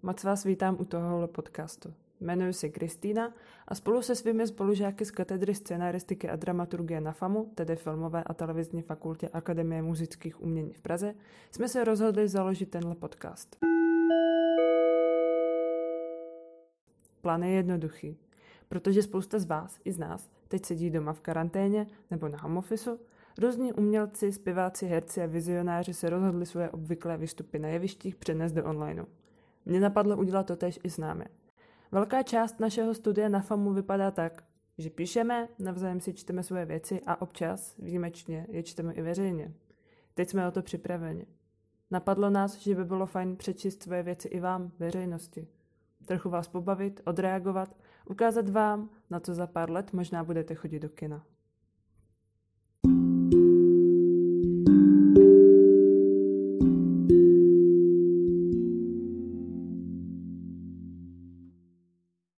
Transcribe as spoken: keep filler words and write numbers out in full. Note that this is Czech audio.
moc vás vítám u tohohle podcastu. Jmenuji se Kristýna a spolu se svými spolužáky z katedry scénaristiky a dramaturgie na FAMu, tedy Filmové a televizní fakultě Akademie múzických umění v Praze, jsme se rozhodli založit tenhle podcast. Plán je jednoduchý, protože spousta z vás i z nás teď sedí doma v karanténě nebo na home officeu. Různí umělci, zpěváci, herci a vizionáři se rozhodli svoje obvyklé výstupy na jevištích přenést do onlineu. Mně napadlo udělat to též i s námi. Velká část našeho studia na FAMu vypadá tak, že píšeme, navzájem si čteme svoje věci a občas, výjimečně, je čteme i veřejně. Teď jsme o to připraveni. Napadlo nás, že by bylo fajn přečíst svoje věci i vám, veřejnosti. Trochu vás pobavit, odreagovat, ukázat vám, na co za pár let možná budete chodit do kina.